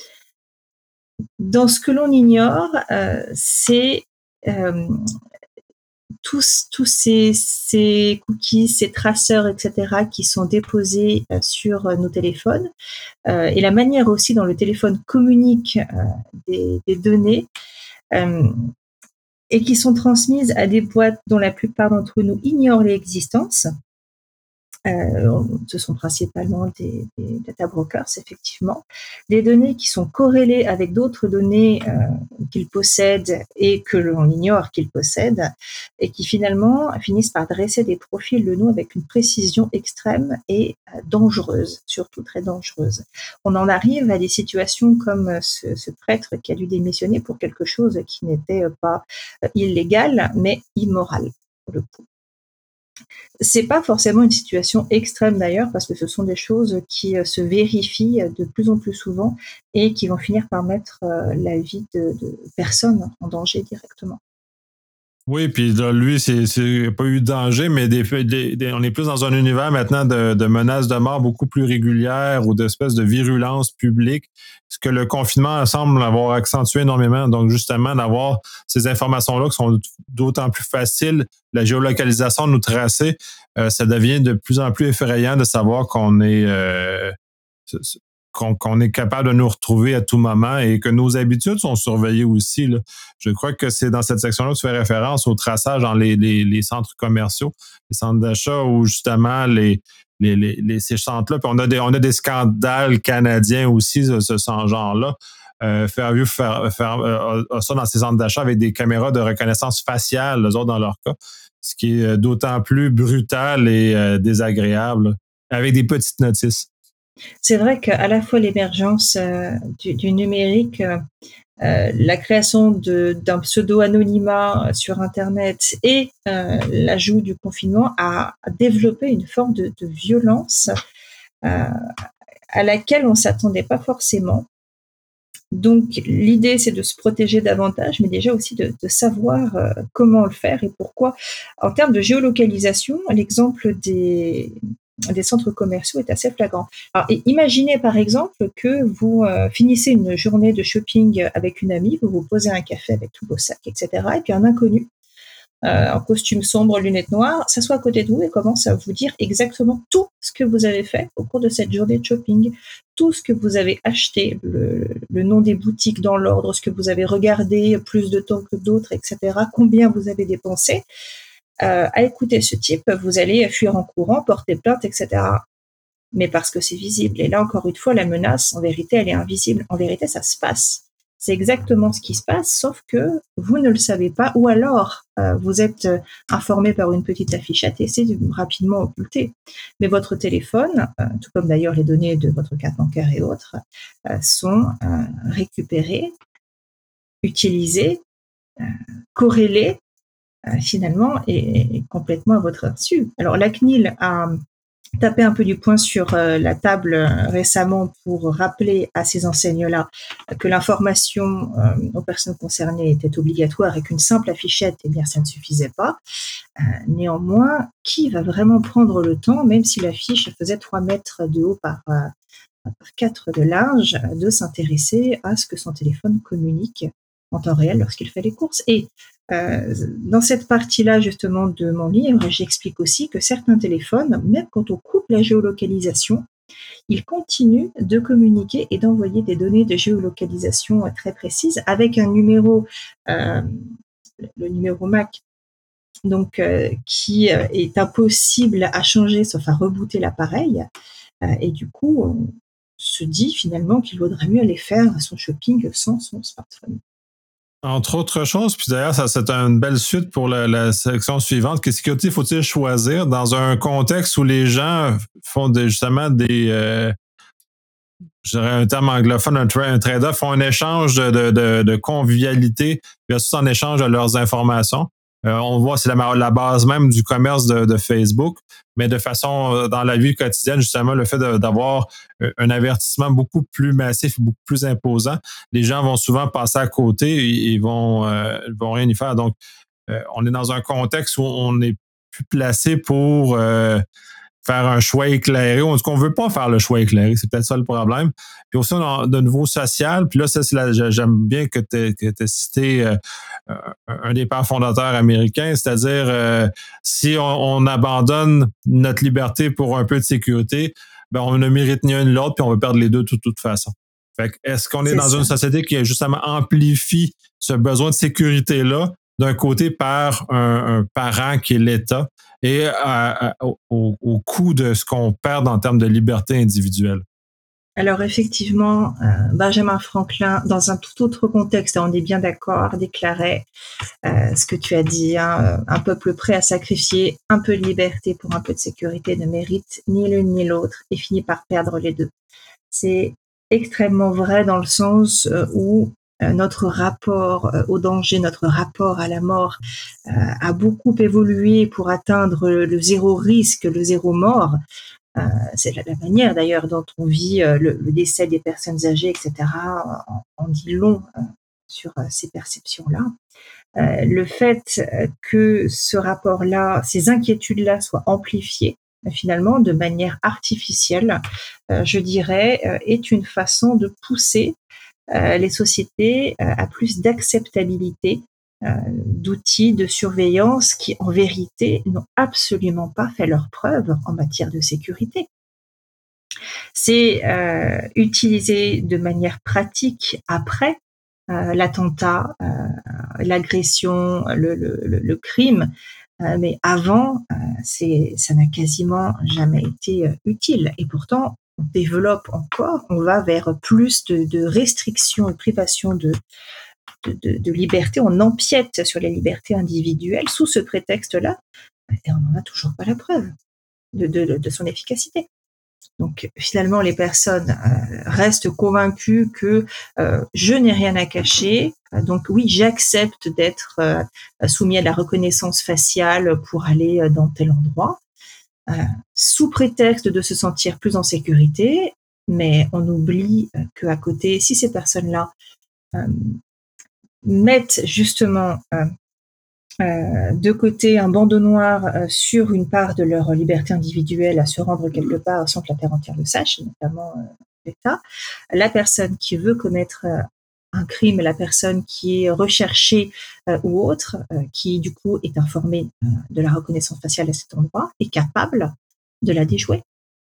Dans ce que l'on ignore, euh, c'est euh, tous, tous ces, ces cookies, ces traceurs, et cetera, qui sont déposés euh, sur euh, nos téléphones, euh, et la manière aussi dont le téléphone communique euh, des, des données, euh, et qui sont transmises à des boîtes dont la plupart d'entre nous ignorent l'existence. Euh, ce sont principalement des, des data brokers, effectivement. Des données qui sont corrélées avec d'autres données euh, qu'ils possèdent et que l'on ignore qu'ils possèdent, et qui finalement finissent par dresser des profils de nous avec une précision extrême et euh, dangereuse, surtout très dangereuse. On en arrive à des situations comme ce, ce prêtre qui a dû démissionner pour quelque chose qui n'était pas euh, illégal, mais immoral, pour le coup. C'est pas forcément une situation extrême d'ailleurs, parce que ce sont des choses qui euh, se vérifient de plus en plus souvent et qui vont finir par mettre euh, la vie de, de personnes en danger directement. Oui, puis là, lui, c'est, c'est pas eu de danger, mais des, des- des- on est plus dans un univers maintenant de, de menaces de mort beaucoup plus régulières ou d'espèces de virulence publique, ce que le confinement semble avoir accentué énormément. Donc, justement, d'avoir ces informations-là qui sont d'autant plus faciles, la géolocalisation de nous tracer, euh, ça devient de plus en plus effrayant de savoir qu'on est euh, qu'on, qu'on est capable de nous retrouver à tout moment et que nos habitudes sont surveillées aussi. Là. Je crois que c'est dans cette section-là que tu fais référence au traçage dans les, les, les centres commerciaux, les centres d'achat où justement les, les, les, les ces centres-là, puis on a des, on a des scandales canadiens aussi de ce, ce genre-là. Euh, Fairview faire, faire, euh, a ça dans ses centres d'achat avec des caméras de reconnaissance faciale, les autres dans leur cas, ce qui est d'autant plus brutal et euh, désagréable, avec des petites notices. C'est vrai qu'à la fois l'émergence, heu, du du numérique, heu heu, la création de d'un pseudo-anonymat sur internet et heu, l'ajout du confinement a développé une forme de de violence, heu, à laquelle on s'attendait pas forcément. Donc l'idée, c'est de se protéger davantage, mais déjà aussi de de savoir, heu, comment le faire et pourquoi. En termes de géolocalisation, l'exemple des des centres commerciaux est assez flagrant. Alors i imaginez par exemple que vous, heu, finissez une journée de shopping avec une amie, vous vous posez un café avec tous vos sacs et cetera et puis un inconnu heu, en costume sombre, lunettes noires, s'assoit à côté de vous et commence à vous dire exactement tout ce que vous avez fait au cours de cette journée de shopping. Tout ce que vous avez acheté, le le nom des boutiques dans l'ordre, ce que vous avez regardé plus de temps que d'autres et cetera, combien vous avez dépensé. Heu, à écouter ce type, vous allez fuir en courant, porter plainte et cetera. Mais parce que c'est visible et là, encore une fois, la menace, en vérité, elle est invisible. En vérité, ça se passe. C'est exactement ce qui se passe, sauf que vous ne le savez pas ou alors, heu, vous êtes, heu, informé par une petite affichette et c'est rapidement occulté. Mais votre téléphone, heu, tout comme d'ailleurs les données de votre carte bancaire et autres, heu, sont, heu, récupérées, utilisées, heu, corrélées, heu, finalement et et complètement à votre insu. Alors la C N I L a taper un peu du poing sur euh, la table euh, récemment pour rappeler à ces enseignes-là que l'information euh, aux personnes concernées était obligatoire et qu'une simple affichette, eh bien, ça ne suffisait pas. Euh, néanmoins, qui va vraiment prendre le temps, même si l'affiche faisait trois mètres de haut par, euh, par quatre de large, de s'intéresser à ce que son téléphone communique en temps réel lorsqu'il fait les courses. Et euh, dans cette partie-là justement de mon livre, j'explique aussi que certains téléphones, même quand on coupe la géolocalisation, ils continuent de communiquer et d'envoyer des données de géolocalisation euh, très précises avec un numéro, euh, le numéro M A C, donc euh, qui euh, est impossible à changer sauf à rebooter l'appareil. Euh, et du coup, on se dit finalement qu'il vaudrait mieux aller faire son shopping sans son smartphone. Entre autres choses, puis d'ailleurs, ça c'est une belle suite pour la, la section suivante. Quelle sécurité faut-il choisir dans un contexte où les gens font des, justement des, euh, je dirais un terme anglophone, un, tra- un trader, font un échange de, de, de, de convivialité versus en échange de leurs informations. Euh, on voit, c'est la, la base même du commerce de, de Facebook, mais de façon, euh, dans la vie quotidienne, justement, le fait de, d'avoir un avertissement beaucoup plus massif, beaucoup plus imposant, les gens vont souvent passer à côté et, et vont, euh, vont rien y faire. Donc, euh, on est dans un contexte où on n'est plus placé pour euh, faire un choix éclairé. On dit qu'on veut pas faire le choix éclairé, c'est peut-être ça le problème. Puis aussi, on a de niveau social. Puis là, ça, c'est la, j'aime bien que tu aies cité euh, un des pères fondateurs américains, c'est-à-dire euh, si on, on abandonne notre liberté pour un peu de sécurité, ben on ne mérite ni un ni l'autre, puis on va perdre les deux de toute, toute façon. Fait que est-ce qu'on est C'est dans une ça. société qui justement amplifie ce besoin de sécurité-là, d'un côté par un, un parent qui est l'État, et à, à, au, au coût de ce qu'on perd en termes de liberté individuelle. Alors effectivement, euh, Benjamin Franklin, dans un tout autre contexte, on est bien d'accord, déclarait euh, ce que tu as dit, hein, un peuple prêt à sacrifier un peu de liberté pour un peu de sécurité ne mérite ni l'une ni l'autre et finit par perdre les deux. C'est extrêmement vrai dans le sens où euh, notre rapport euh, au danger, notre rapport à la mort euh, a beaucoup évolué pour atteindre le zéro risque, le zéro mort. Euh, c'est la, la manière d'ailleurs dont on vit euh, le, le décès des personnes âgées, et cetera, en, en dit long euh, sur euh, ces perceptions-là. euh, le fait que ce rapport-là, ces inquiétudes-là soient amplifiées, finalement, de manière artificielle, euh, je dirais, euh, est une façon de pousser euh, les sociétés euh, à plus d'acceptabilité euh, d'outils de surveillance qui, en vérité, n'ont absolument pas fait leur preuve en matière de sécurité. C'est euh, utilisé de manière pratique après euh, l'attentat, euh, l'agression, le, le, le, le crime, euh, mais avant, euh, c'est, ça n'a quasiment jamais été euh, utile. Et pourtant, on développe encore, on va vers plus de, de restrictions et privations de, de, de, de liberté, on empiète sur les libertés individuelles sous ce prétexte-là, et on n'en a toujours pas la preuve de, de, de son efficacité. Donc finalement, les personnes euh, restent convaincues que euh, je n'ai rien à cacher. Donc oui, j'accepte d'être euh, soumis à la reconnaissance faciale pour aller dans tel endroit, euh, sous prétexte de se sentir plus en sécurité. Mais on oublie euh, qu'à côté, si ces personnes-là euh, mettent justement euh, euh, de côté un bandeau noir euh, sur une part de leur liberté individuelle à se rendre quelque part sans que la terre entière le sache, notamment euh, l'État, la personne qui veut commettre euh, un crime, la personne qui est recherchée euh, ou autre, euh, qui du coup est informée euh, de la reconnaissance faciale à cet endroit, est capable de la déjouer.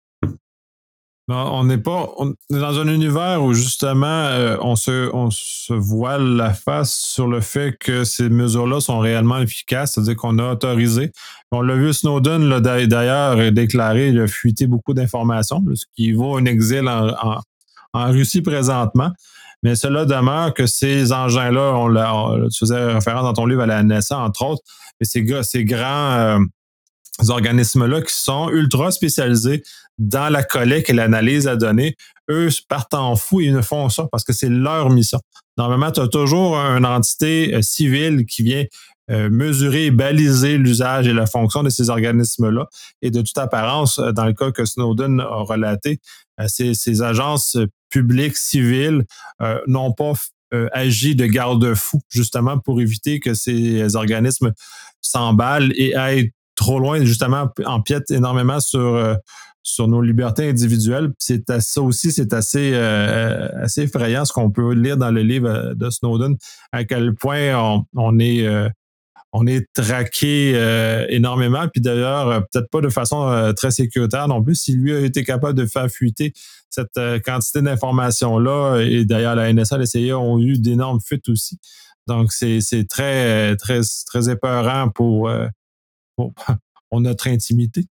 On n'est pas, on est dans un univers où justement euh, on se, on se voile la face sur le fait que ces mesures-là sont réellement efficaces, c'est-à-dire qu'on a autorisé. On l'a vu, Snowden là, d'ailleurs déclaré, il a fuité beaucoup d'informations, ce qui vaut un exil en, en, en Russie présentement. Mais cela demeure que ces engins-là, on, l'a, on tu faisais référence dans ton livre à la N S A entre autres, mais ces gars, ces grands euh, ces organismes-là qui sont ultra spécialisés dans la collecte et l'analyse à données, eux partent en fou et ils ne font ça parce que c'est leur mission. Normalement, tu as toujours une entité euh, civile qui vient euh, mesurer et baliser l'usage et la fonction de ces organismes-là. Et de toute apparence, dans le cas que Snowden a relaté, euh, ces, ces agences publiques civiles euh, n'ont pas euh, agi de garde-fou justement pour éviter que ces organismes s'emballent et aillent trop loin, justement, empiète énormément sur, euh, sur nos libertés individuelles. C'est ça aussi, c'est assez, euh, assez effrayant ce qu'on peut lire dans le livre de Snowden, à quel point on, on est euh, on est traqué euh, énormément, puis d'ailleurs, peut-être pas de façon euh, très sécuritaire non plus. Si lui a été capable de faire fuiter cette euh, quantité d'informations-là, et d'ailleurs la N S A et la C I A ont eu d'énormes fuites aussi. Donc, c'est, c'est très, très, très épeurant pour... Euh, Pour, pour notre intimité.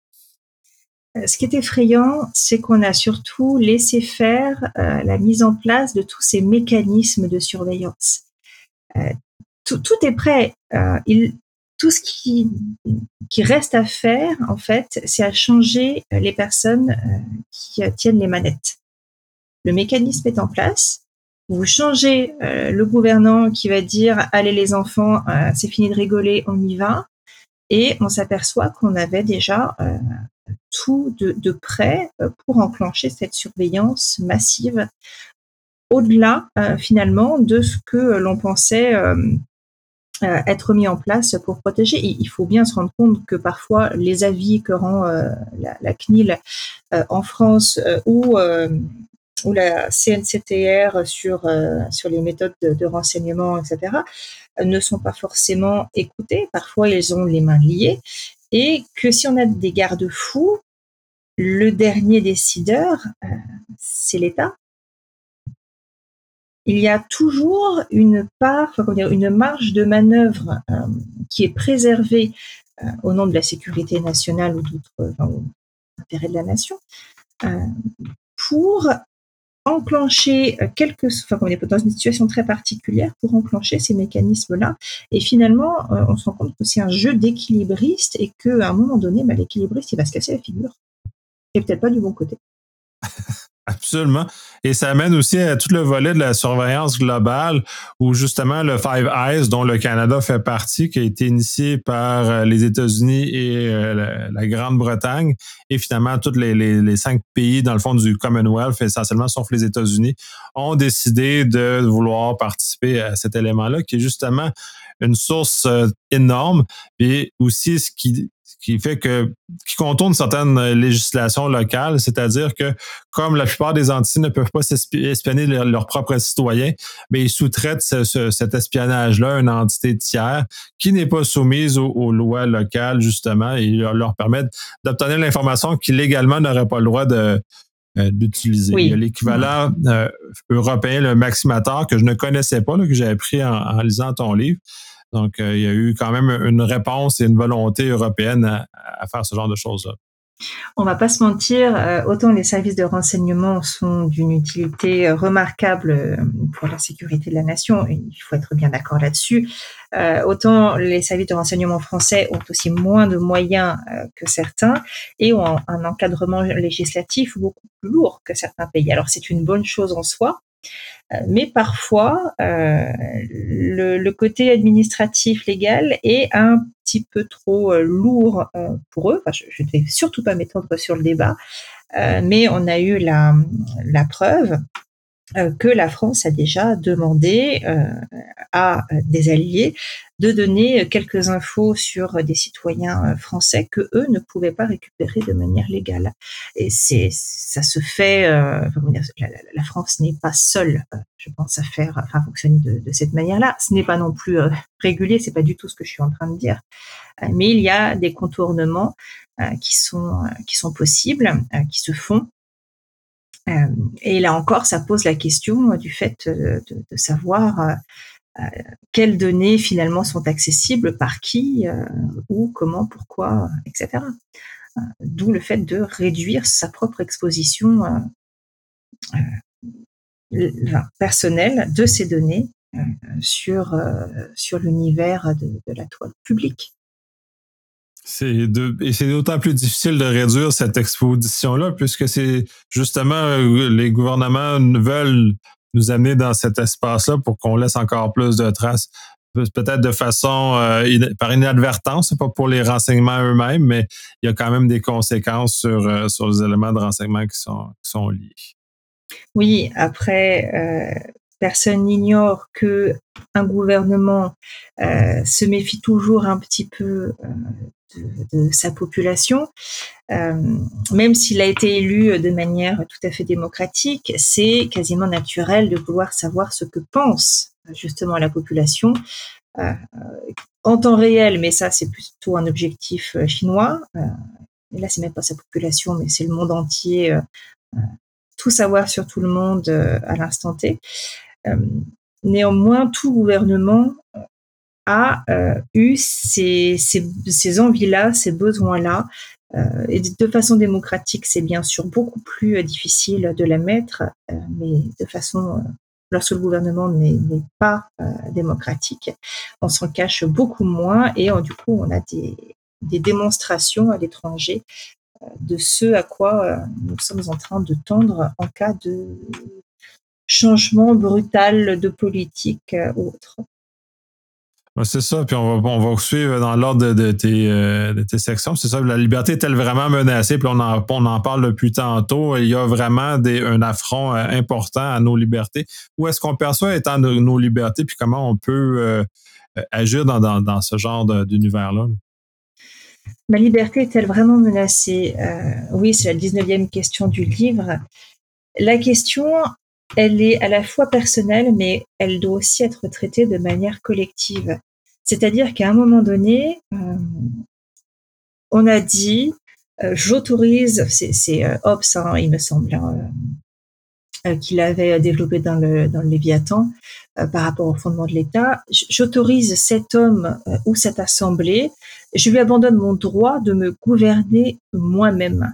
Ce qui est effrayant, c'est qu'on a surtout laissé faire euh, la mise en place de tous ces mécanismes de surveillance. Euh, tout, tout est prêt. Euh, il, tout ce qui, qui reste à faire, en fait, c'est à changer les personnes euh, qui euh, tiennent les manettes. Le mécanisme est en place. Vous changez euh, le gouvernant qui va dire « Allez les enfants, euh, c'est fini de rigoler, on y va ». Et on s'aperçoit qu'on avait déjà euh, tout de, de prêt euh, pour enclencher cette surveillance massive, au-delà euh, finalement de ce que l'on pensait euh, euh, être mis en place pour protéger. Et il faut bien se rendre compte que parfois les avis que rend euh, la, la C N I L euh, en France euh, ou euh, ou la C N C T R sur euh, sur les méthodes de, de renseignement, et cetera, ne sont pas forcément écoutés. Parfois, ils ont les mains liées. Et que si on a des garde-fous, le dernier décideur, euh, c'est l'État. Il y a toujours une part, enfin, comment dire, une marge de manœuvre euh, qui est préservée euh, au nom de la sécurité nationale ou d'autres enfin, intérêts de la nation, euh, pour enclencher quelques, enfin, on est dans une situation très particulière pour enclencher ces mécanismes-là. Et finalement, euh, on se rend compte que c'est un jeu d'équilibriste et qu'à un moment donné, bah, l'équilibriste, il va se casser la figure. Et peut-être pas du bon côté. Absolument. Et ça amène aussi à tout le volet de la surveillance globale où justement le Five Eyes, dont le Canada fait partie, qui a été initié par euh, les États-Unis et euh, la, la Grande-Bretagne et finalement tous les, les, les cinq pays dans le fond du Commonwealth, essentiellement sauf les États-Unis, ont décidé de vouloir participer à cet élément-là qui est justement une source euh, énorme et aussi ce qui qui fait que qui contourne certaines législations locales, c'est-à-dire que comme la plupart des entités ne peuvent pas espionner leurs leur propres citoyens, mais ils sous-traitent ce, ce, cet espionnage-là à une entité tiers qui n'est pas soumise aux, aux lois locales justement et leur, leur permettent d'obtenir l'information qui légalement n'aurait pas le droit de euh, d'utiliser. Oui. Il y a l'équivalent euh, européen, le Maximator, que je ne connaissais pas, là, que j'ai appris en, en lisant ton livre. Donc, euh, il y a eu quand même une réponse et une volonté européenne à, à faire ce genre de choses-là. On va pas se mentir, euh, autant les services de renseignement sont d'une utilité remarquable euh, pour la sécurité de la nation, et il faut être bien d'accord là-dessus, euh, autant les services de renseignement français ont aussi moins de moyens euh, que certains et ont un, un encadrement législatif beaucoup plus lourd que certains pays. Alors c'est une bonne chose en soi, mais parfois, euh, le, le côté administratif légal est un petit peu trop euh, lourd euh, pour eux. Enfin, je ne vais surtout pas m'étendre sur le débat, euh, mais on a eu la, la preuve euh, que la France a déjà demandé euh, à des alliés de donner quelques infos sur des citoyens français que eux ne pouvaient pas récupérer de manière légale. Et c'est, ça se fait. Euh, comment dire, la, la France n'est pas seule, euh, je pense, à faire, enfin, fonctionner de, de cette manière-là. Ce n'est pas non plus euh, régulier. C'est pas du tout ce que je suis en train de dire. Euh, mais il y a des contournements euh, qui sont euh, qui sont possibles, euh, qui se font. Euh, et là encore, ça pose la question du fait de, de, de savoir euh, euh, quelles données finalement sont accessibles par qui, euh, où, comment, pourquoi, et cetera. Euh, d'où le fait de réduire sa propre exposition euh, euh, enfin, personnelle de ces données euh, sur, euh, sur l'univers de, de la toile publique. C'est de, et c'est d'autant plus difficile de réduire cette exposition-là, puisque c'est justement les gouvernements veulent nous amener dans cet espace-là pour qu'on laisse encore plus de traces, peut-être de façon euh, par inadvertance, c'est pas pour les renseignements eux-mêmes, mais il y a quand même des conséquences sur, euh, sur les éléments de renseignement qui sont, qui sont liés. Oui, après, euh, personne n'ignore que un gouvernement euh, se méfie toujours un petit peu euh, de, de sa population. Euh, même s'il a été élu de manière tout à fait démocratique, c'est quasiment naturel de vouloir savoir ce que pense justement la population euh, en temps réel, mais ça c'est plutôt un objectif chinois. Euh, et là c'est même pas sa population, mais c'est le monde entier. Euh, tout savoir sur tout le monde euh, à l'instant T. Euh, néanmoins, tout gouvernement a euh, eu ces, ces, ces envies-là, ces besoins-là. Euh, et de façon démocratique, c'est bien sûr beaucoup plus euh, difficile de la mettre, euh, mais de façon, euh, lorsque le gouvernement n'est, n'est pas euh, démocratique, on s'en cache beaucoup moins et on, du coup, on a des, des démonstrations à l'étranger euh, de ce à quoi euh, nous sommes en train de tendre en cas de changement brutal de politique euh, ou autre. C'est ça, puis on va, on va suivre dans l'ordre de, de, tes, euh, de tes sections. C'est ça, la liberté est-elle vraiment menacée? Puis on en, on en parle depuis tantôt. Il y a vraiment des, un affront euh, important à nos libertés. Où est-ce qu'on perçoit étant nos, nos libertés? Puis comment on peut euh, agir dans, dans, dans ce genre de, d'univers-là? Ma liberté est-elle vraiment menacée? euh, Oui, c'est la dix-neuvième question du livre. La question, elle est à la fois personnelle, mais elle doit aussi être traitée de manière collective. C'est-à-dire qu'à un moment donné, euh, on a dit, euh, j'autorise, c'est, c'est euh, Hobbes, hein, il me semble, hein, euh, qu'il avait développé dans le, dans le Léviathan, euh, par rapport au fondement de l'État, j'autorise cet homme euh, ou cette assemblée, je lui abandonne mon droit de me gouverner moi-même.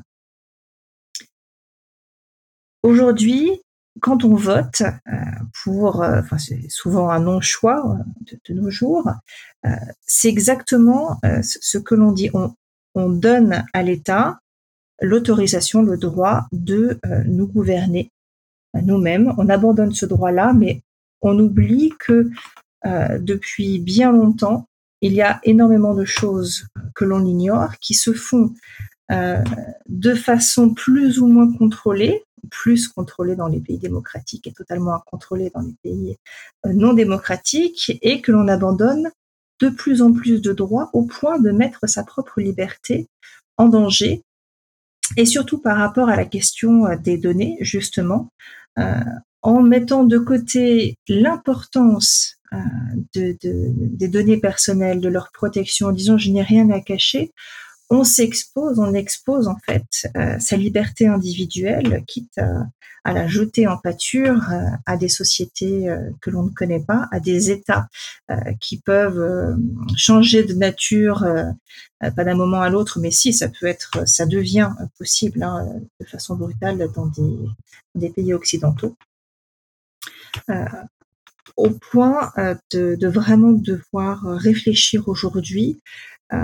Aujourd'hui, quand on vote euh, pour, euh, enfin c'est souvent un non-choix de, de nos jours, euh, c'est exactement euh, ce que l'on dit. On, on donne à l'État l'autorisation, le droit de euh, nous gouverner euh, nous-mêmes. On abandonne ce droit-là, mais on oublie que euh, depuis bien longtemps, il y a énormément de choses que l'on ignore, qui se font euh, de façon plus ou moins contrôlée, plus contrôlée dans les pays démocratiques et totalement incontrôlée dans les pays euh, non démocratiques, et que l'on abandonne de plus en plus de droits au point de mettre sa propre liberté en danger. Et surtout par rapport à la question euh, des données, justement, euh, en mettant de côté l'importance euh, de, de, des données personnelles, de leur protection, en disant je n'ai rien à cacher, on s'expose, on expose en fait euh, sa liberté individuelle, quitte à, à la jeter en pâture euh, à des sociétés euh, que l'on ne connaît pas, à des États euh, qui peuvent euh, changer de nature, euh, pas d'un moment à l'autre, mais si, ça peut être, ça devient possible hein, de façon brutale dans des, des pays occidentaux. Euh, au point euh, de, de vraiment devoir réfléchir aujourd'hui euh,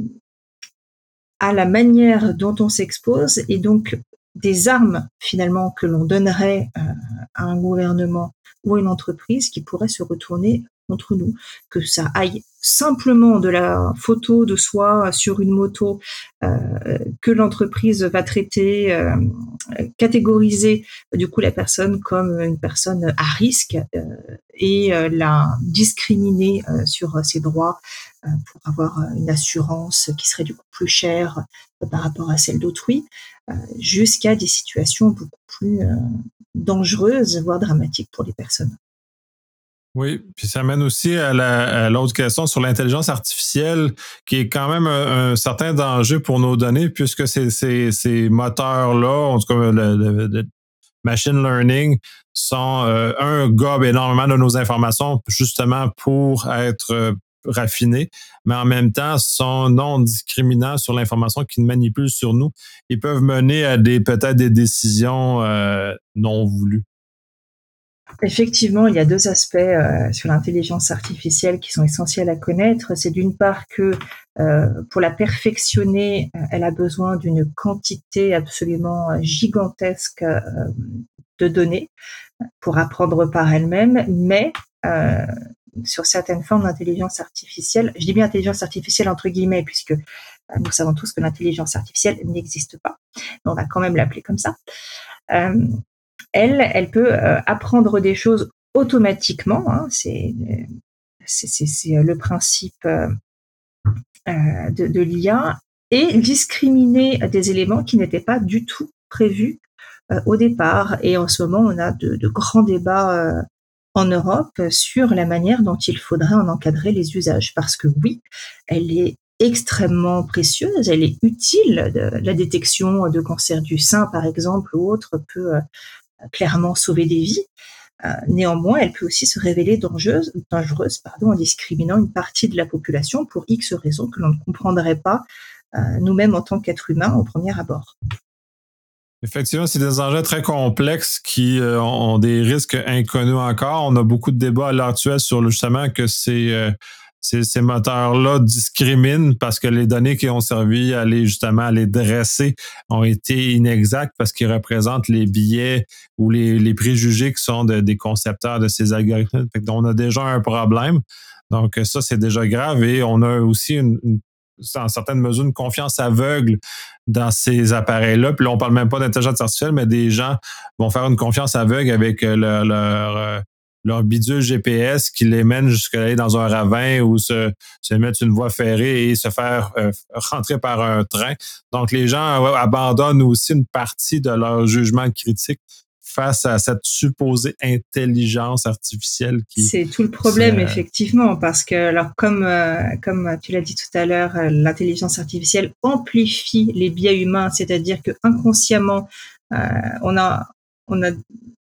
à la manière dont on s'expose et donc des armes finalement que l'on donnerait euh, à un gouvernement ou à une entreprise qui pourrait se retourner contre nous. Que ça aille simplement de la photo de soi sur une moto euh, que l'entreprise va traiter, euh, catégoriser du coup la personne comme une personne à risque euh, et euh, la discriminer euh, sur ses droits euh, pour avoir une assurance qui serait du coup plus chère euh, par rapport à celle d'autrui, euh, jusqu'à des situations beaucoup plus euh, dangereuses, voire dramatiques pour les personnes. Oui, puis ça mène aussi à, la, à l'autre question sur l'intelligence artificielle, qui est quand même un, un certain danger pour nos données, puisque ces, ces, ces moteurs-là, en tout cas le, le, le machine learning, sont euh, un gobe énormément de nos informations justement pour être euh, raffinés, mais en même temps sont non discriminants sur l'information qu'ils manipulent sur nous. Ils peuvent mener à des peut-être des décisions euh, non voulues. Effectivement, il y a deux aspects euh, sur l'intelligence artificielle qui sont essentiels à connaître. C'est d'une part que euh, pour la perfectionner, euh, elle a besoin d'une quantité absolument gigantesque euh, de données pour apprendre par elle-même, mais euh, sur certaines formes d'intelligence artificielle, je dis bien intelligence artificielle entre guillemets, puisque euh, nous savons tous que l'intelligence artificielle n'existe pas, mais on va quand même l'appeler comme ça. Euh, elle, elle peut euh, apprendre des choses automatiquement. Hein, c'est, c'est, c'est, c'est le principe euh, de, de l'I A, et discriminer des éléments qui n'étaient pas du tout prévus euh, au départ. Et en ce moment, on a de, de grands débats euh, en Europe sur la manière dont il faudrait en encadrer les usages. Parce que oui, elle est extrêmement précieuse, elle est utile. De, la détection de cancer du sein, par exemple, ou autre, peut euh, clairement sauver des vies. Euh, néanmoins, elle peut aussi se révéler dangereuse, dangereuse pardon, en discriminant une partie de la population pour X raisons que l'on ne comprendrait pas euh, nous-mêmes en tant qu'êtres humains au premier abord. Effectivement, c'est des enjeux très complexes qui euh, ont des risques inconnus encore. On a beaucoup de débats à l'heure actuelle sur le, justement que ces, euh, ces, ces moteurs-là discriminent parce que les données qui ont servi à les justement à les dresser ont été inexactes parce qu'ils représentent les biais ou les, les préjugés qui sont de, des concepteurs de ces algorithmes. Fait que on a déjà un problème. Donc ça, c'est déjà grave et on a aussi une, une en certaines mesures, une confiance aveugle dans ces appareils-là. Puis là, on parle même pas d'intelligence artificielle, mais des gens vont faire une confiance aveugle avec leur, leur, leur bidule G P S qui les mène jusqu'à aller dans un ravin ou se, se mettre sur une voie ferrée et se faire euh, rentrer par un train. Donc, les gens abandonnent aussi une partie de leur jugement critique face à cette supposée intelligence artificielle qui... C'est tout le problème, euh... effectivement, parce que, alors, comme, euh, comme tu l'as dit tout à l'heure, l'intelligence artificielle amplifie les biais humains, c'est-à-dire que inconsciemment, euh, on a, on a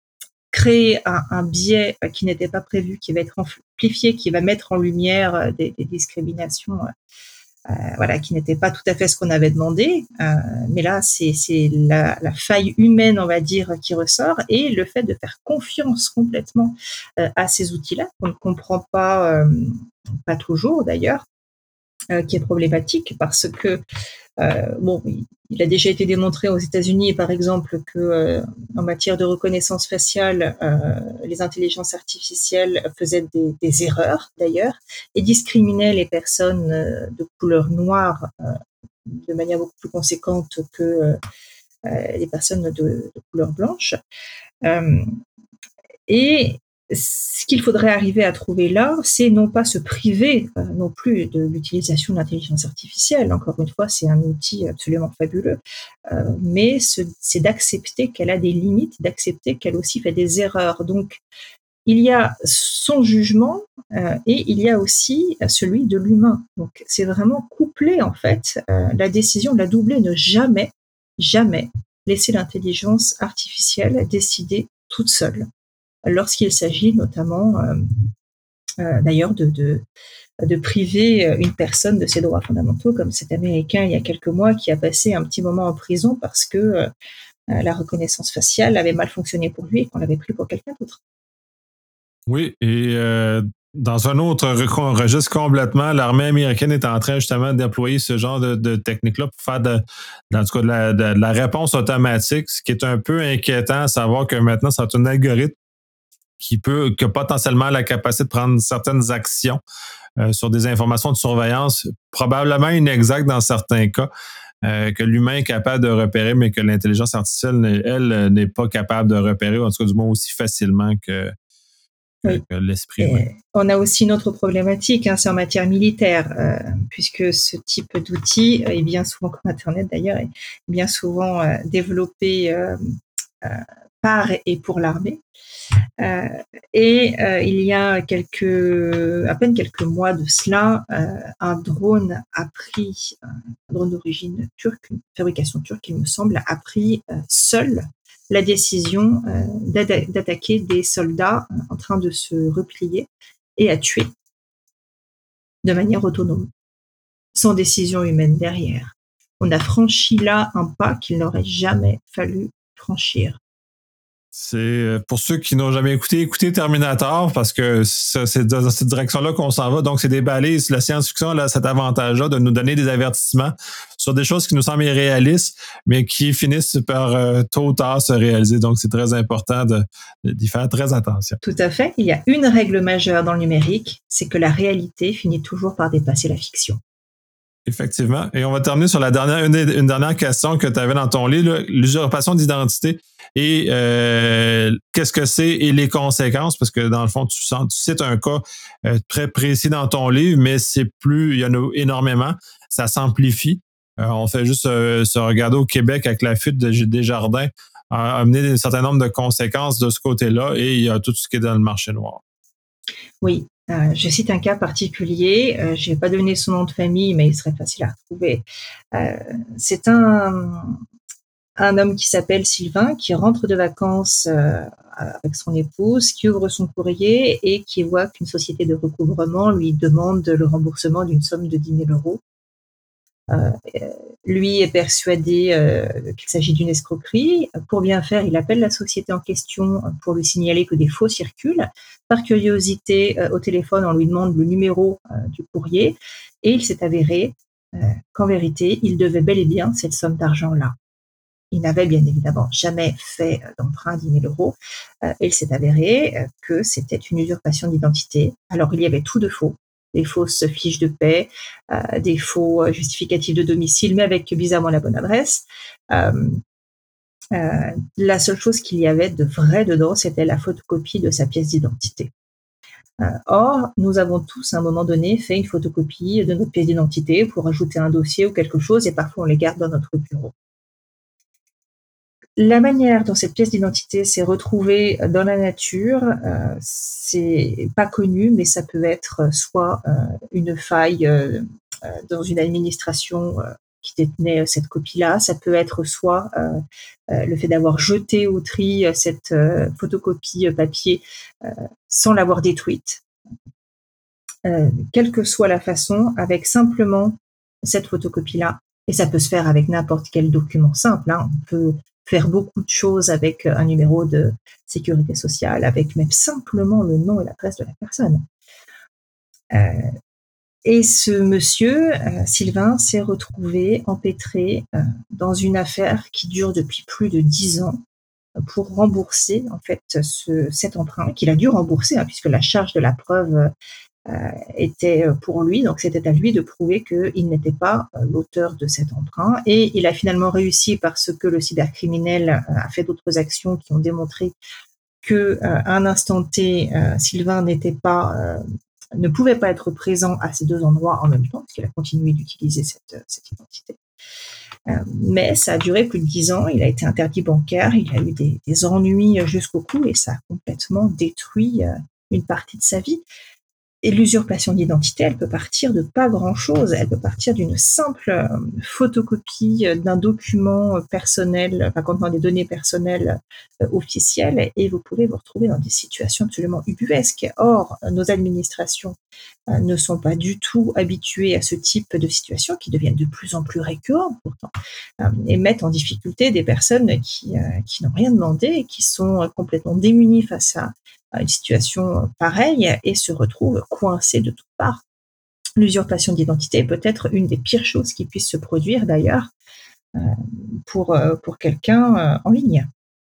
créé un, un biais qui n'était pas prévu, qui va être amplifié, qui va mettre en lumière des, des discriminations Euh, voilà, qui n'était pas tout à fait ce qu'on avait demandé. Euh, mais là, c'est, c'est la, la faille humaine, on va dire, qui ressort, et le fait de faire confiance complètement euh, à ces outils-là, qu'on ne comprend pas, euh, pas toujours d'ailleurs, euh, qui est problématique parce que, euh, bon, il, il a déjà été démontré aux États-Unis, par exemple, que euh, en matière de reconnaissance faciale, euh, les intelligences artificielles faisaient des, des erreurs, d'ailleurs, et discriminaient les personnes euh, de couleur noire euh, de manière beaucoup plus conséquente que euh, les personnes de, de couleur blanche. Euh, et ce qu'il faudrait arriver à trouver là, c'est non pas se priver euh, non plus de l'utilisation de l'intelligence artificielle. Encore une fois, c'est un outil absolument fabuleux, euh, mais ce, c'est d'accepter qu'elle a des limites, d'accepter qu'elle aussi fait des erreurs. Donc, il y a son jugement euh, et il y a aussi celui de l'humain. Donc, c'est vraiment couplé en fait. Euh, la décision de la doubler, ne jamais, jamais laisser l'intelligence artificielle décider toute seule. Lorsqu'il s'agit notamment, euh, euh, d'ailleurs, de, de, de priver une personne de ses droits fondamentaux, comme cet Américain il y a quelques mois qui a passé un petit moment en prison parce que euh, la reconnaissance faciale avait mal fonctionné pour lui et qu'on l'avait pris pour quelqu'un d'autre. Oui, et euh, dans un autre registre complètement, l'armée américaine est en train justement d'employer ce genre de, de technique-là pour faire de, en tout cas de la, de, de la réponse automatique, ce qui est un peu inquiétant à savoir que maintenant, c'est un algorithme qui peut, qui a potentiellement la capacité de prendre certaines actions euh, sur des informations de surveillance, probablement inexactes dans certains cas, euh, que l'humain est capable de repérer, mais que l'intelligence artificielle, elle, n'est pas capable de repérer, en tout cas du moins aussi facilement que, que, oui. que l'esprit humain. Et on a aussi une autre problématique, hein, c'est en matière militaire, euh, puisque ce type d'outil est bien souvent, comme Internet d'ailleurs, est bien souvent euh, développé euh, euh, par et pour l'armée. Euh, et euh, il y a quelques, à peine quelques mois de cela, euh, un drone a pris, un drone d'origine turque, une fabrication turque, il me semble, a pris euh, seul la décision euh, d'atta- d'attaquer des soldats euh, en train de se replier et a tué de manière autonome, sans décision humaine derrière. On a franchi là un pas qu'il n'aurait jamais fallu franchir. C'est pour ceux qui n'ont jamais écouté, écoutez Terminator parce que ça, c'est dans cette direction-là qu'on s'en va. Donc, c'est des balises. La science-fiction a cet avantage-là de nous donner des avertissements sur des choses qui nous semblent irréalistes, mais qui finissent par euh, tôt ou tard se réaliser. Donc, c'est très important de, d'y faire très attention. Tout à fait. Il y a une règle majeure dans le numérique, c'est que la réalité finit toujours par dépasser la fiction. Effectivement. Et on va terminer sur la dernière, une, une dernière question que tu avais dans ton livre, l'usurpation d'identité. Et euh, qu'est-ce que c'est et les conséquences? Parce que dans le fond, tu, sens, tu cites un cas euh, très précis dans ton livre, mais c'est plus, il y en a énormément. Ça s'amplifie. Euh, on fait juste euh, se regarder au Québec avec la fuite de Desjardins, a amené un certain nombre de conséquences de ce côté-là et il y a tout ce qui est dans le marché noir. Oui, euh, je cite un cas particulier. Euh, je n'ai pas donné son nom de famille, mais il serait facile à retrouver. Euh, c'est un, un homme qui s'appelle Sylvain, qui rentre de vacances euh, avec son épouse, qui ouvre son courrier et qui voit qu'une société de recouvrement lui demande le remboursement d'une somme de dix mille euros. Euh, lui est persuadé euh, qu'il s'agit d'une escroquerie. Pour bien faire, il appelle la société en question pour lui signaler que des faux circulent. Par curiosité, euh, au téléphone, on lui demande le numéro euh, du courrier et il s'est avéré euh, qu'en vérité, il devait bel et bien cette somme d'argent-là. Il n'avait bien évidemment jamais fait d'emprunt à dix mille euros euh, et il s'est avéré euh, que c'était une usurpation d'identité. Alors, il y avait tout de faux. Des fausses fiches de paie, euh, des faux justificatifs de domicile, mais avec bizarrement la bonne adresse. Euh, euh, la seule chose qu'il y avait de vrai dedans, c'était la photocopie de sa pièce d'identité. Euh, or, nous avons tous à un moment donné fait une photocopie de notre pièce d'identité pour ajouter un dossier ou quelque chose, et parfois on les garde dans notre bureau. La manière dont cette pièce d'identité s'est retrouvée dans la nature, euh, c'est pas connu, mais ça peut être soit euh, une faille euh, dans une administration euh, qui détenait cette copie-là, ça peut être soit euh, euh, le fait d'avoir jeté au tri cette euh, photocopie papier euh, sans l'avoir détruite. Euh, quelle que soit la façon, avec simplement cette photocopie-là, et ça peut se faire avec n'importe quel document simple, hein, on peut faire beaucoup de choses avec un numéro de sécurité sociale, avec même simplement le nom et l'adresse de la personne. Euh, Et ce monsieur, heu, Sylvain, s'est retrouvé empêtré, heu, dans une affaire qui dure depuis plus de dix ans, pour rembourser en fait ce cet emprunt qu'il a dû rembourser, hein, puisque la charge de la preuve, heu, était, pour lui. Donc c'était à lui de prouver qu'il n'était pas, heu, l'auteur de cet emprunt et il a finalement réussi parce que le cybercriminel, heu, a fait d'autres actions qui ont démontré que, heu, à un instant T, heu, Sylvain n'était pas, heu, ne pouvait pas être présent à ces deux endroits en même temps, puisqu'il a continué d'utiliser cette, cette identité. Euh, mais ça a duré plus de dix ans, il a été interdit bancaire, il a eu des, des ennuis jusqu'au cou et ça a complètement détruit euh, une partie de sa vie. Et l'usurpation d'identité, elle peut partir de pas grand-chose. Elle peut partir d'une simple euh, photocopie euh, d'un document euh, personnel, enfin contenant des données personnelles euh, officielles, et vous pouvez vous retrouver dans des situations absolument ubuesques. Or, nos administrations euh, ne sont pas du tout habituées à ce type de situations qui deviennent de plus en plus récurrentes pourtant, euh, et mettent en difficulté des personnes qui, euh, qui n'ont rien demandé et qui sont euh, complètement démunies face à à une situation pareille et se retrouvent coincés de toutes parts. L'usurpation d'identité est peut-être une des pires choses qui puissent se produire d'ailleurs euh, pour, euh, pour quelqu'un euh, en ligne.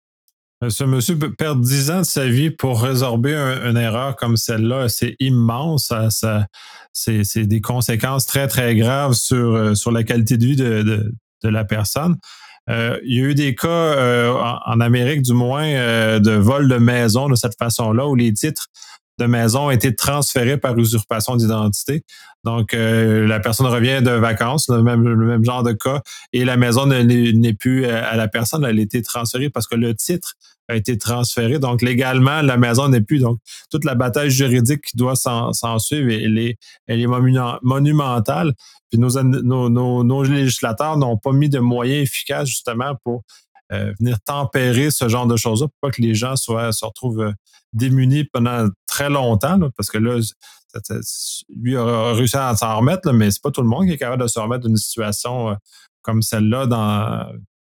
Ce monsieur peut perdre dix ans de sa vie pour résorber un- une erreur comme celle-là. C'est immense. Ça, ça- c'est, c'est des conséquences très, très graves sur, euh, sur la qualité de vie de, de, de la personne. Euh, il y a eu des cas euh, en, en Amérique, du moins, euh, de vol de maison de cette façon-là, où les titres de maison ont été transférés par usurpation d'identité. Donc, euh, la personne revient de vacances, le même, le même genre de cas, et la maison ne- n'est, n'est plus à la personne, elle a été transférée parce que le titre a été transféré. Donc, légalement, la maison n'est plus. Donc, toute la bataille juridique qui doit s'en, s'en suivre, elle est, elle est monumentale. Puis nos, nos, nos, nos législateurs n'ont pas mis de moyens efficaces justement pour euh, venir tempérer ce genre de choses-là, pour pas que les gens soient, se retrouvent euh, démunis pendant très longtemps, là, parce que là, ça, ça, lui a réussi à s'en remettre, là, mais c'est pas tout le monde qui est capable de se remettre d'une situation euh, comme celle-là dans,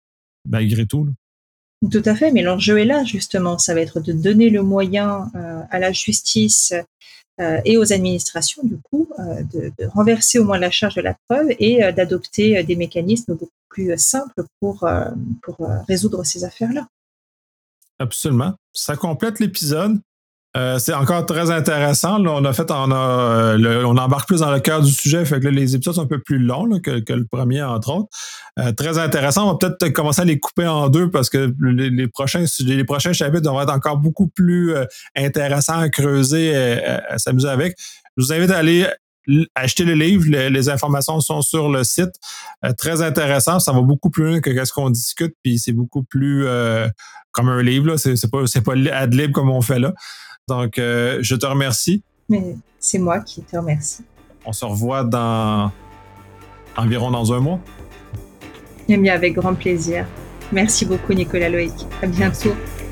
malgré tout. Là. Tout à fait, mais l'enjeu est là justement, ça va être de donner le moyen euh, à la justice euh, et aux administrations du coup euh, de, de renverser au moins la charge de la preuve et euh, d'adopter euh, des mécanismes beaucoup plus euh, simples pour, euh, pour euh, résoudre ces affaires-là. Absolument. Ça complète l'épisode. Euh, c'est encore très intéressant. Là, on a fait, on a, euh, le, on embarque plus dans le cœur du sujet, fait que là, les épisodes sont un peu plus longs là, que, que le premier, entre autres. Euh, très intéressant. On va peut-être commencer à les couper en deux parce que les, les prochains, les prochains chapitres vont être encore beaucoup plus euh, intéressants à creuser, et, à, à s'amuser avec. Je vous invite à aller acheter le livre. Les, les informations sont sur le site. Euh, très intéressant. Ça va beaucoup plus loin que ce qu'on discute, puis c'est beaucoup plus euh, comme un livre. Là. C'est, c'est pas, c'est pas ad lib comme on fait là. Donc, euh, je te remercie. Mais c'est moi qui te remercie. On se revoit dans environ dans un mois. Eh bien, avec grand plaisir. Merci beaucoup, Nicolas Loïc. À bientôt.